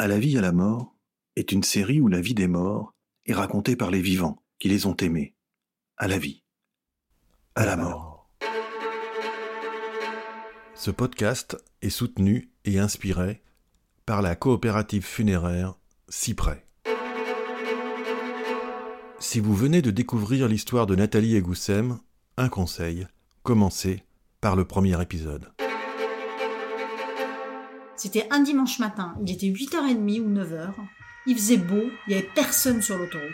À la vie, à la mort est une série où la vie des morts est racontée par les vivants qui les ont aimés. À la vie, à la mort. Ce podcast est soutenu et inspiré par la coopérative funéraire Cyprès. Si vous venez de découvrir l'histoire de Nathalie et Goussem, un conseil, commencez par le premier épisode. C'était un dimanche matin, il était 8h30 ou 9h. Il faisait beau, il n'y avait personne sur l'autoroute.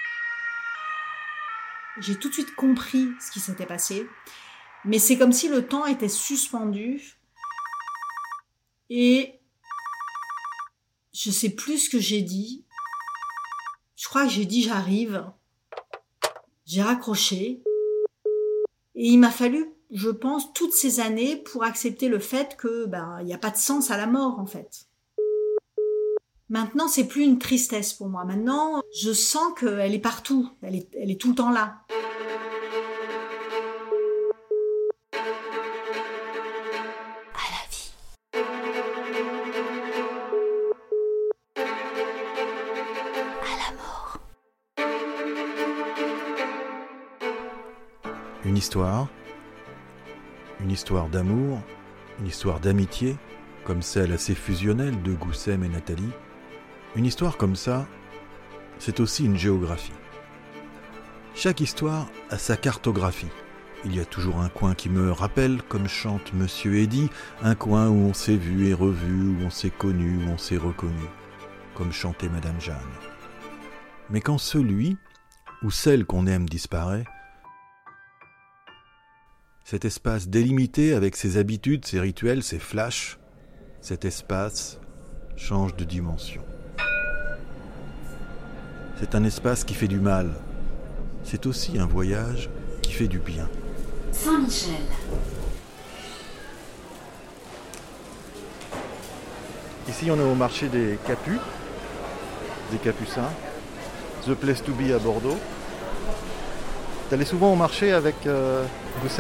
J'ai tout de suite compris ce qui s'était passé, mais c'est comme si le temps était suspendu et je sais plus ce que j'ai dit. Je crois que j'ai dit j'arrive. J'ai raccroché et il m'a fallu, je pense, toutes ces années pour accepter le fait que il n'y a pas de sens à la mort en fait. Maintenant, c'est plus une tristesse pour moi. Maintenant, je sens qu'elle est partout. Elle est tout le temps là. À la vie. À la mort. Une histoire d'amour, une histoire d'amitié, comme celle assez fusionnelle de Goussem et Nathalie. Une histoire comme ça, c'est aussi une géographie. Chaque histoire a sa cartographie. Il y a toujours un coin qui me rappelle, comme chante Monsieur Eddy, un coin où on s'est vu et revu, où on s'est connu, où on s'est reconnu, comme chantait Madame Jeanne. Mais quand celui ou celle qu'on aime disparaît, cet espace délimité avec ses habitudes, ses rituels, ses flashs, cet espace change de dimension. C'est un espace qui fait du mal. C'est aussi un voyage qui fait du bien. Saint-Michel. Ici, on est au marché des Capus, des Capucins. The Place to Be à Bordeaux. T'allais souvent au marché avec Goussem ?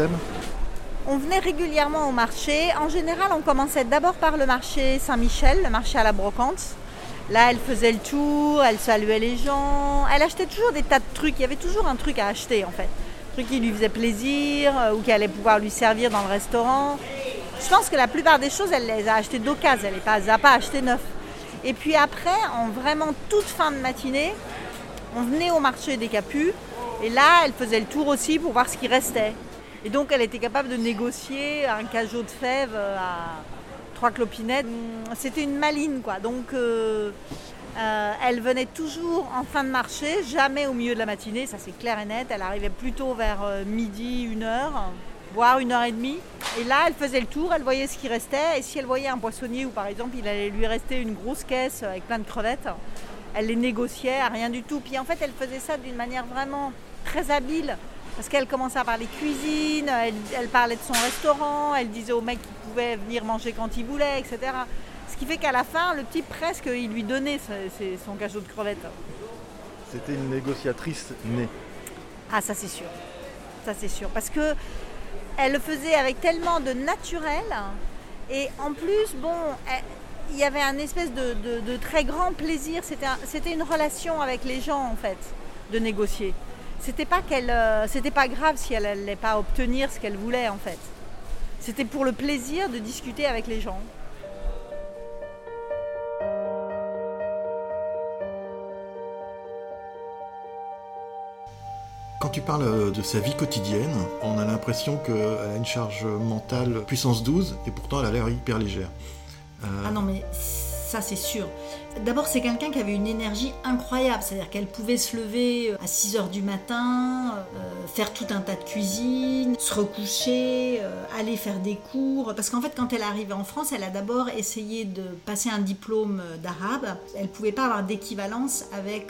On venait régulièrement au marché. En général, on commençait d'abord par le marché Saint-Michel, le marché à la brocante. Là, elle faisait le tour, elle saluait les gens. Elle achetait toujours des tas de trucs. Il y avait toujours un truc à acheter, en fait. Un truc qui lui faisait plaisir ou qui allait pouvoir lui servir dans le restaurant. Je pense que la plupart des choses, elle les a achetées d'occasion. Elle les a pas achetées neuf. Et puis après, en vraiment toute fin de matinée, on venait au marché des Capus. Et là, elle faisait le tour aussi pour voir ce qui restait. Et donc, elle était capable de négocier un cajot de fèves à 3 clopinettes. C'était une maline, quoi. Donc, elle venait toujours en fin de marché, jamais au milieu de la matinée, ça c'est clair et net. Elle arrivait plutôt vers midi, 1h, voire 1h30. Et là, elle faisait le tour, elle voyait ce qui restait. Et si elle voyait un poissonnier où, par exemple, il allait lui rester une grosse caisse avec plein de crevettes, elle les négociait à rien du tout. Puis en fait, elle faisait ça d'une manière vraiment très habile. Parce qu'elle commençait à parler cuisine, elle parlait de son restaurant, elle disait au mec qu'il pouvait venir manger quand il voulait, etc. Ce qui fait qu'à la fin, le type presque, il lui donnait son cachot de crevettes. C'était une négociatrice née. Ah, ça c'est sûr. Ça c'est sûr. Parce que elle le faisait avec tellement de naturel. Et en plus, il y avait un espèce de très grand plaisir. C'était une relation avec les gens, en fait, de négocier. C'était pas grave si elle n'allait pas obtenir ce qu'elle voulait, en fait. C'était pour le plaisir de discuter avec les gens. Quand tu parles de sa vie quotidienne, on a l'impression qu'elle a une charge mentale puissance 12 et pourtant elle a l'air hyper légère. Ah non, mais ça c'est sûr. D'abord, c'est quelqu'un qui avait une énergie incroyable, c'est-à-dire qu'elle pouvait se lever à 6h du matin, faire tout un tas de cuisine, se recoucher, aller faire des cours. Parce qu'en fait, quand elle est arrivée en France, elle a d'abord essayé de passer un diplôme d'arabe. Elle ne pouvait pas avoir d'équivalence avec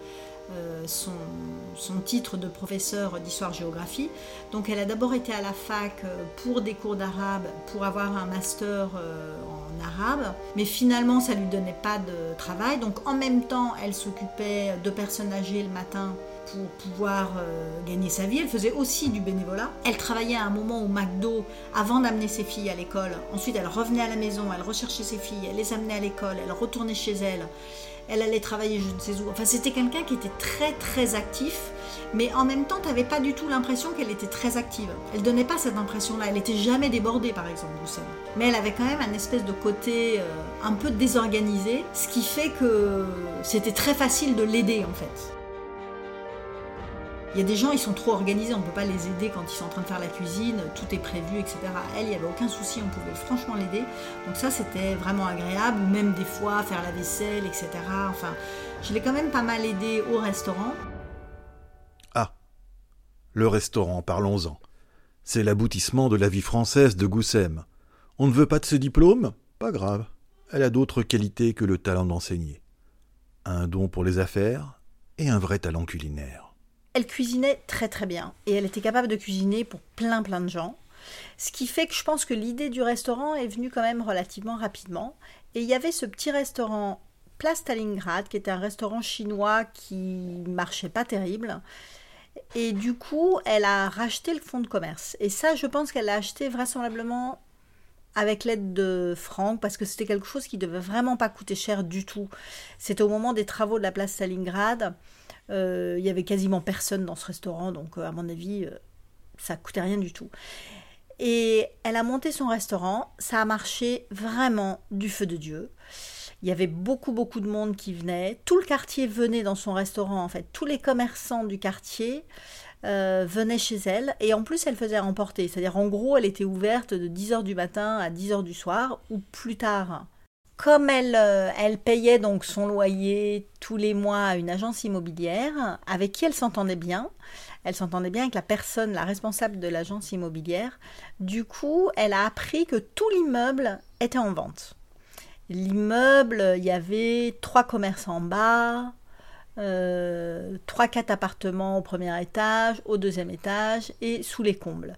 son titre de professeur d'histoire-géographie. Donc elle a d'abord été à la fac pour des cours d'arabe, pour avoir un master en arabe, mais finalement ça ne lui donnait pas de travail. Donc en même temps, elle s'occupait de personnes âgées le matin pour pouvoir gagner sa vie. Elle faisait aussi du bénévolat. Elle travaillait à un moment au McDo avant d'amener ses filles à l'école. Ensuite, elle revenait à la maison, elle recherchait ses filles, elle les amenait à l'école, elle retournait chez elle. Elle allait travailler je ne sais où. Enfin, c'était quelqu'un qui était très très actif, mais en même temps, tu n'avais pas du tout l'impression qu'elle était très active. Elle donnait pas cette impression-là. Elle n'était jamais débordée, par exemple, Goussem. Mais elle avait quand même un espèce de côté un peu désorganisé, ce qui fait que c'était très facile de l'aider, en fait. Il y a des gens, ils sont trop organisés, on ne peut pas les aider quand ils sont en train de faire la cuisine, tout est prévu, etc. Elle, il n'y avait aucun souci, on pouvait franchement l'aider. Donc ça, c'était vraiment agréable, ou même des fois faire la vaisselle, etc. Enfin, je l'ai quand même pas mal aidée au restaurant. Ah, le restaurant, parlons-en. C'est l'aboutissement de la vie française de Goussem. On ne veut pas de ce diplôme ? Pas grave, elle a d'autres qualités que le talent d'enseigner. Un don pour les affaires et un vrai talent culinaire. Elle cuisinait très très bien et elle était capable de cuisiner pour plein de gens. Ce qui fait que je pense que l'idée du restaurant est venue quand même relativement rapidement. Et il y avait ce petit restaurant Place Stalingrad qui était un restaurant chinois qui marchait pas terrible. Et du coup, elle a racheté le fonds de commerce. Et ça, je pense qu'elle l'a acheté vraisemblablement avec l'aide de Franck, parce que c'était quelque chose qui devait vraiment pas coûter cher du tout. C'était au moment des travaux de la place Stalingrad. Il y avait quasiment personne dans ce restaurant, donc à mon avis, ça coûtait rien du tout. Et elle a monté son restaurant, ça a marché vraiment du feu de Dieu. Il y avait beaucoup de monde qui venait. Tout le quartier venait dans son restaurant, en fait. Tous les commerçants du quartier venaient chez elle. Et en plus, elle faisait à emporter. C'est-à-dire, en gros, elle était ouverte de 10h du matin à 10h du soir ou plus tard. Comme elle payait donc son loyer tous les mois à une agence immobilière, avec qui elle s'entendait bien avec la personne, la responsable de l'agence immobilière. Du coup, elle a appris que tout l'immeuble était en vente. L'immeuble, il y avait 3 commerces en bas, 3-4 appartements au premier étage, au deuxième étage et sous les combles.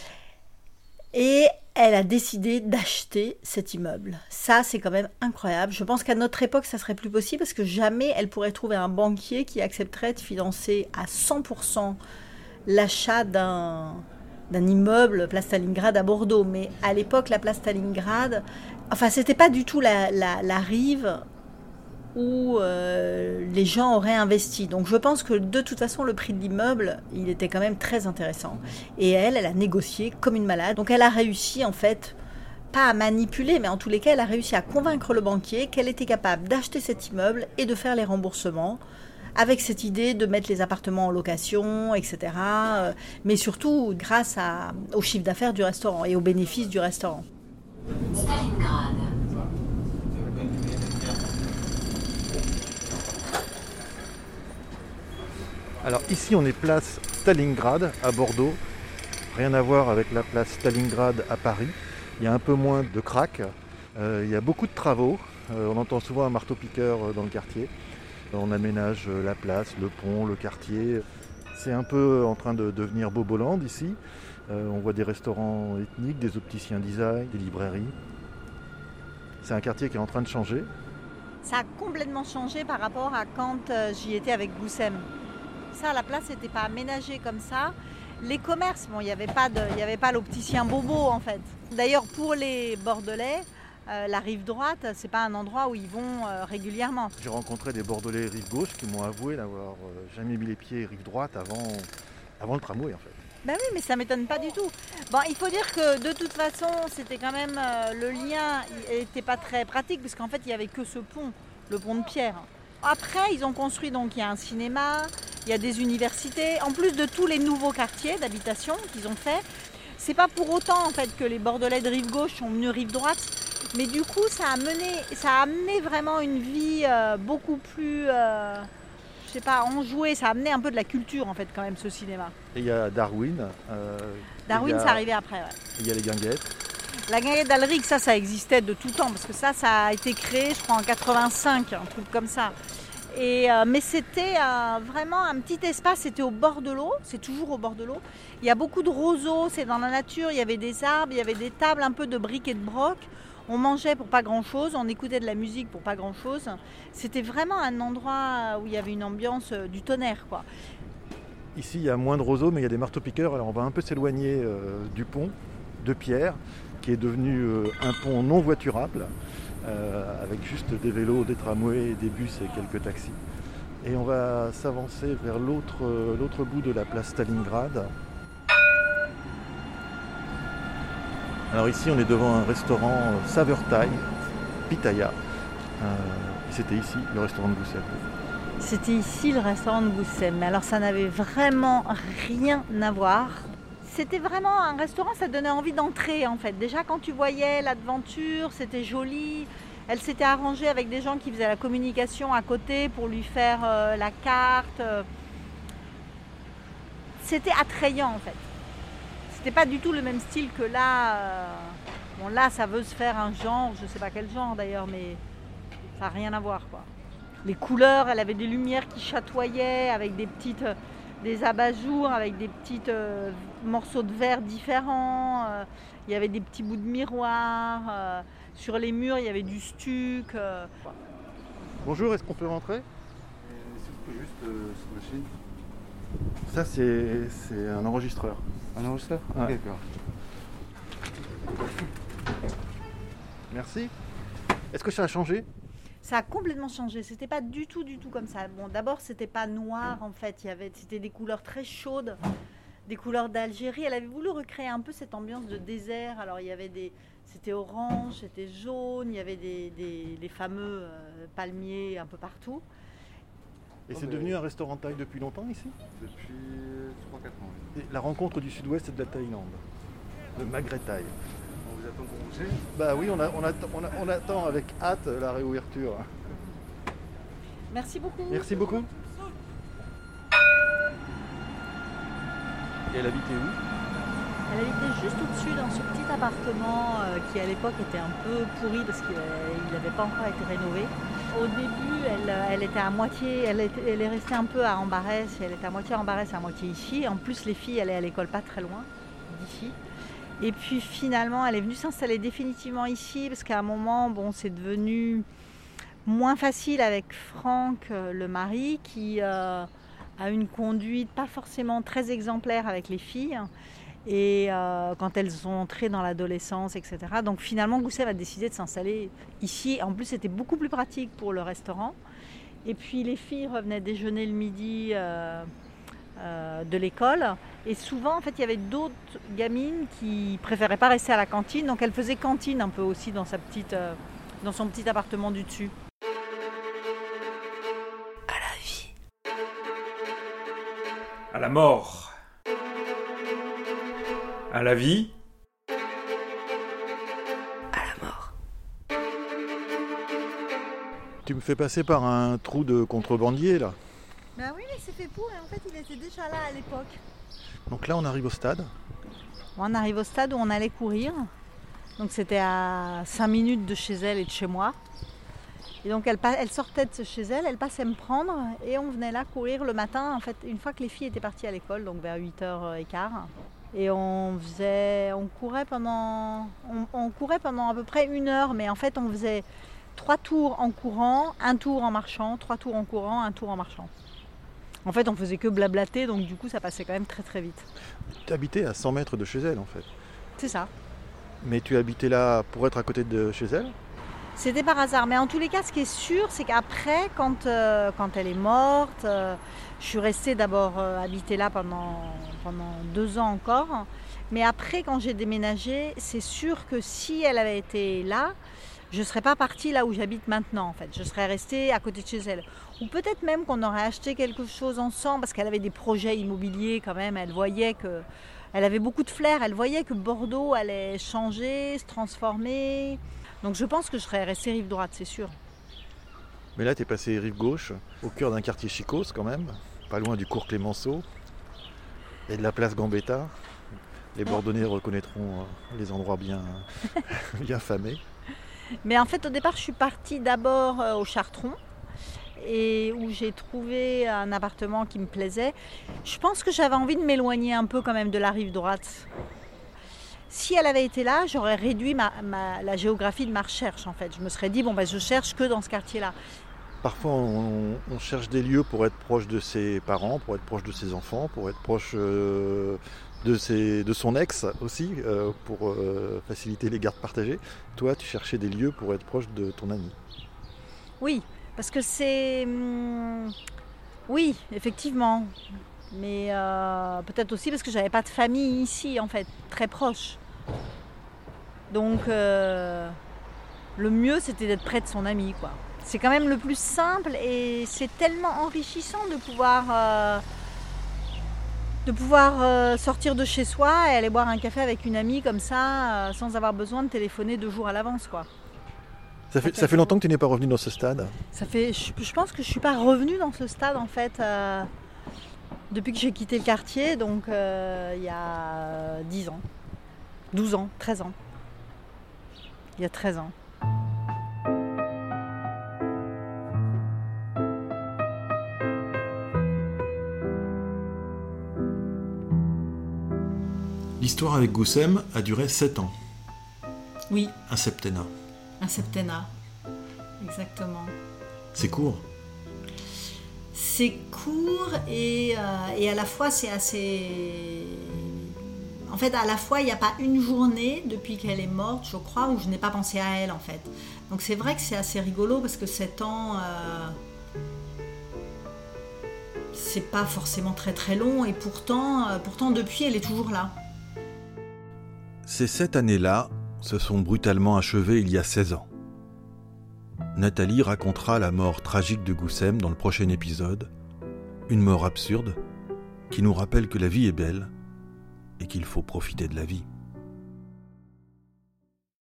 Et elle a décidé d'acheter cet immeuble. Ça, c'est quand même incroyable. Je pense qu'à notre époque, ça serait plus possible parce que jamais elle pourrait trouver un banquier qui accepterait de financer à 100% l'achat d'un immeuble place Stalingrad à Bordeaux. Mais à l'époque, la place Stalingrad, enfin, c'était pas du tout la rive où les gens auraient investi. Donc je pense que de toute façon le prix de l'immeuble, il était quand même très intéressant. Et elle a négocié comme une malade. Donc elle a réussi en fait, pas à manipuler, mais en tous les cas elle a réussi à convaincre le banquier qu'elle était capable d'acheter cet immeuble et de faire les remboursements avec cette idée de mettre les appartements en location, etc. Mais surtout grâce au chiffre d'affaires du restaurant et aux bénéfices du restaurant. Stalingrad. Alors ici on est place Stalingrad à Bordeaux, rien à voir avec la place Stalingrad à Paris. Il y a un peu moins de crack, il y a beaucoup de travaux, on entend souvent un marteau-piqueur dans le quartier. On aménage la place, le pont, le quartier. C'est un peu en train de devenir Boboland ici. On voit des restaurants ethniques, des opticiens design, des librairies. C'est un quartier qui est en train de changer. Ça a complètement changé par rapport à quand j'y étais avec Goussem. Ça, la place n'était pas aménagée comme ça. Les commerces, bon, il n'y avait pas l'opticien Bobo en fait. D'ailleurs, pour les Bordelais, la rive droite, c'est pas un endroit où ils vont régulièrement. J'ai rencontré des Bordelais rive gauche qui m'ont avoué n'avoir jamais mis les pieds rive droite avant le tramway en fait. Ben oui, mais ça m'étonne pas du tout. Bon, il faut dire que de toute façon, c'était quand même le lien n'était pas très pratique parce qu'en fait, il y avait que ce pont, le pont de pierre. Après, ils ont construit donc il y a un cinéma, il y a des universités, en plus de tous les nouveaux quartiers d'habitation qu'ils ont fait. C'est pas pour autant en fait que les Bordelais de rive gauche sont venus rive droite, mais du coup, ça a amené vraiment une vie beaucoup plus, je sais pas, enjouée. Ça a amené un peu de la culture en fait quand même ce cinéma. Et il y a Darwin. Darwin, c'est arrivé après. Ouais. Il y a les guinguettes. La guinguette d'Alric, ça existait de tout temps, parce que ça a été créé, je crois, en 85, un truc comme ça. Mais c'était vraiment un petit espace, c'était au bord de l'eau, c'est toujours au bord de l'eau. Il y a beaucoup de roseaux, c'est dans la nature, il y avait des arbres, il y avait des tables un peu de briques et de broc. On mangeait pour pas grand-chose, on écoutait de la musique pour pas grand-chose. C'était vraiment un endroit où il y avait une ambiance du tonnerre, quoi. Ici, il y a moins de roseaux, mais il y a des marteaux-piqueurs. Alors, on va un peu s'éloigner du pont de pierre, qui est devenu un pont non voiturable, avec juste des vélos, des tramways, des bus et quelques taxis. Et on va s'avancer vers l'autre bout de la place Stalingrad. Alors ici, on est devant un restaurant saveur thaï, Pitaya. C'était ici, le restaurant de Goussem. C'était ici le restaurant de Goussem, mais alors ça n'avait vraiment rien à voir. C'était vraiment un restaurant, ça donnait envie d'entrer en fait. Déjà quand tu voyais l'aventure, c'était joli. Elle s'était arrangée avec des gens qui faisaient la communication à côté pour lui faire la carte. C'était attrayant en fait. C'était pas du tout le même style que là. Bon là ça veut se faire un genre, je sais pas quel genre d'ailleurs, mais ça n'a rien à voir quoi. Les couleurs, elle avait des lumières qui chatoyaient avec des abat-jours, avec des petits morceaux de verre différents. Il y avait des petits bouts de miroir. Sur les murs, il y avait du stuc. Bonjour, est-ce qu'on peut rentrer? Juste cette machine. Ça, c'est un enregistreur. Un enregistreur? Ouais. D'accord. Merci. Est-ce que ça a changé? Ça a complètement changé. C'était pas du tout comme ça. Bon, d'abord, c'était pas noir en fait. C'était des couleurs très chaudes, des couleurs d'Algérie. Elle avait voulu recréer un peu cette ambiance de désert. Alors, c'était orange, c'était jaune. Il y avait les fameux palmiers un peu partout. Et c'est devenu un restaurant thaï depuis longtemps ici? Depuis 3-4 ans. Oui. Et la rencontre du sud-ouest et de la Thaïlande, le Maghreb thaï. On vous attend pour bouger? Bah oui, on attend avec hâte la réouverture. Merci beaucoup. Merci beaucoup. Et elle habitait où? Elle habitait juste au-dessus dans ce petit appartement qui à l'époque était un peu pourri parce qu'il n'avait pas encore été rénové. Au début, elle était à moitié, elle est restée un peu à Ambarès, elle était à moitié à Ambarès, à moitié ici. En plus, les filles allaient à l'école pas très loin d'ici. Et puis finalement, elle est venue s'installer définitivement ici parce qu'à un moment, bon, c'est devenu moins facile avec Franck, le mari, qui a une conduite pas forcément très exemplaire avec les filles. Et quand elles sont entrées dans l'adolescence, etc. Donc finalement, Goussem a décidé de s'installer ici. En plus, c'était beaucoup plus pratique pour le restaurant. Et puis les filles revenaient déjeuner le midi de l'école. Et souvent, en fait, il y avait d'autres gamines qui préféraient pas rester à la cantine. Donc elles faisaient cantine un peu aussi dans son petit appartement du dessus. À la vie. À la mort. À la vie. À la mort. Tu me fais passer par un trou de contrebandier là. Ben oui, mais c'est fait pour. Et en fait, il était déjà là à l'époque. Donc là, on arrive au stade. On arrive au stade où on allait courir. Donc c'était à 5 minutes de chez elle et de chez moi. Et donc elle sortait de chez elle, elle passait me prendre et on venait là courir le matin, en fait, une fois que les filles étaient parties à l'école, donc vers 8h15. Et on courait pendant à peu près 1 heure, mais en fait on faisait 3 tours en courant, 1 tour en marchant, 3 tours en courant, 1 tour en marchant. En fait on faisait que blablater, donc du coup ça passait quand même très très vite. Tu habitais à 100 mètres de chez elle en fait. C'est ça. Mais tu habitais là pour être à côté de chez elle? C'était par hasard, mais en tous les cas, ce qui est sûr, c'est qu'après, quand elle est morte, je suis restée d'abord habiter là pendant 2 ans encore. Mais après, quand j'ai déménagé, c'est sûr que si elle avait été là, je ne serais pas partie là où j'habite maintenant, en fait. Je serais restée à côté de chez elle. Ou peut-être même qu'on aurait acheté quelque chose ensemble, parce qu'elle avait des projets immobiliers quand même. Elle voyait que... Elle avait beaucoup de flair, elle voyait que Bordeaux allait changer, se transformer. Donc je pense que je serais restée rive droite, c'est sûr. Mais là, tu es passé rive gauche, au cœur d'un quartier chicose quand même, pas loin du cours Clémenceau et de la place Gambetta. Les Bordelais reconnaîtront les endroits bien famés. Mais en fait, au départ, je suis partie d'abord au Chartron, et où j'ai trouvé un appartement qui me plaisait. Je pense que j'avais envie de m'éloigner un peu quand même de la rive droite. Si elle avait été là, j'aurais réduit la géographie de ma recherche en fait. Je me serais dit, je cherche que dans ce quartier-là. parfois on cherche des lieux pour être proche de ses parents, pour être proche de ses enfants, pour être proche de son ex aussi, pour faciliter les gardes partagées. Toi, tu cherchais des lieux pour être proche de ton ami. Oui, parce que c'est... Oui, effectivement. Mais peut-être aussi parce que j'avais pas de famille ici, en fait, très proche. Donc, le mieux, c'était d'être près de son ami, quoi. C'est quand même le plus simple et c'est tellement enrichissant de pouvoir sortir de chez soi et aller boire un café avec une amie comme ça, sans avoir besoin de téléphoner 2 jours à l'avance, quoi. Ça fait longtemps que tu n'es pas revenu dans ce stade? Je pense que je suis pas revenue dans ce stade, en fait, depuis que j'ai quitté le quartier, donc il y a 10 ans, 12 ans, 13 ans. Il y a 13 ans. L'histoire avec Goussem a duré 7 ans. Oui. Un septennat. Un septennat, exactement. C'est court. C'est court et à la fois c'est assez... En fait, à la fois, il n'y a pas une journée depuis qu'elle est morte, je crois, où je n'ai pas pensé à elle, en fait. Donc c'est vrai que c'est assez rigolo parce que 7 ans, c'est pas forcément très très long et pourtant depuis, elle est toujours là. Ces 7 années-là se sont brutalement achevées il y a 16 ans. Nathalie racontera la mort tragique de Goussem dans le prochain épisode, une mort absurde qui nous rappelle que la vie est belle et qu'il faut profiter de la vie.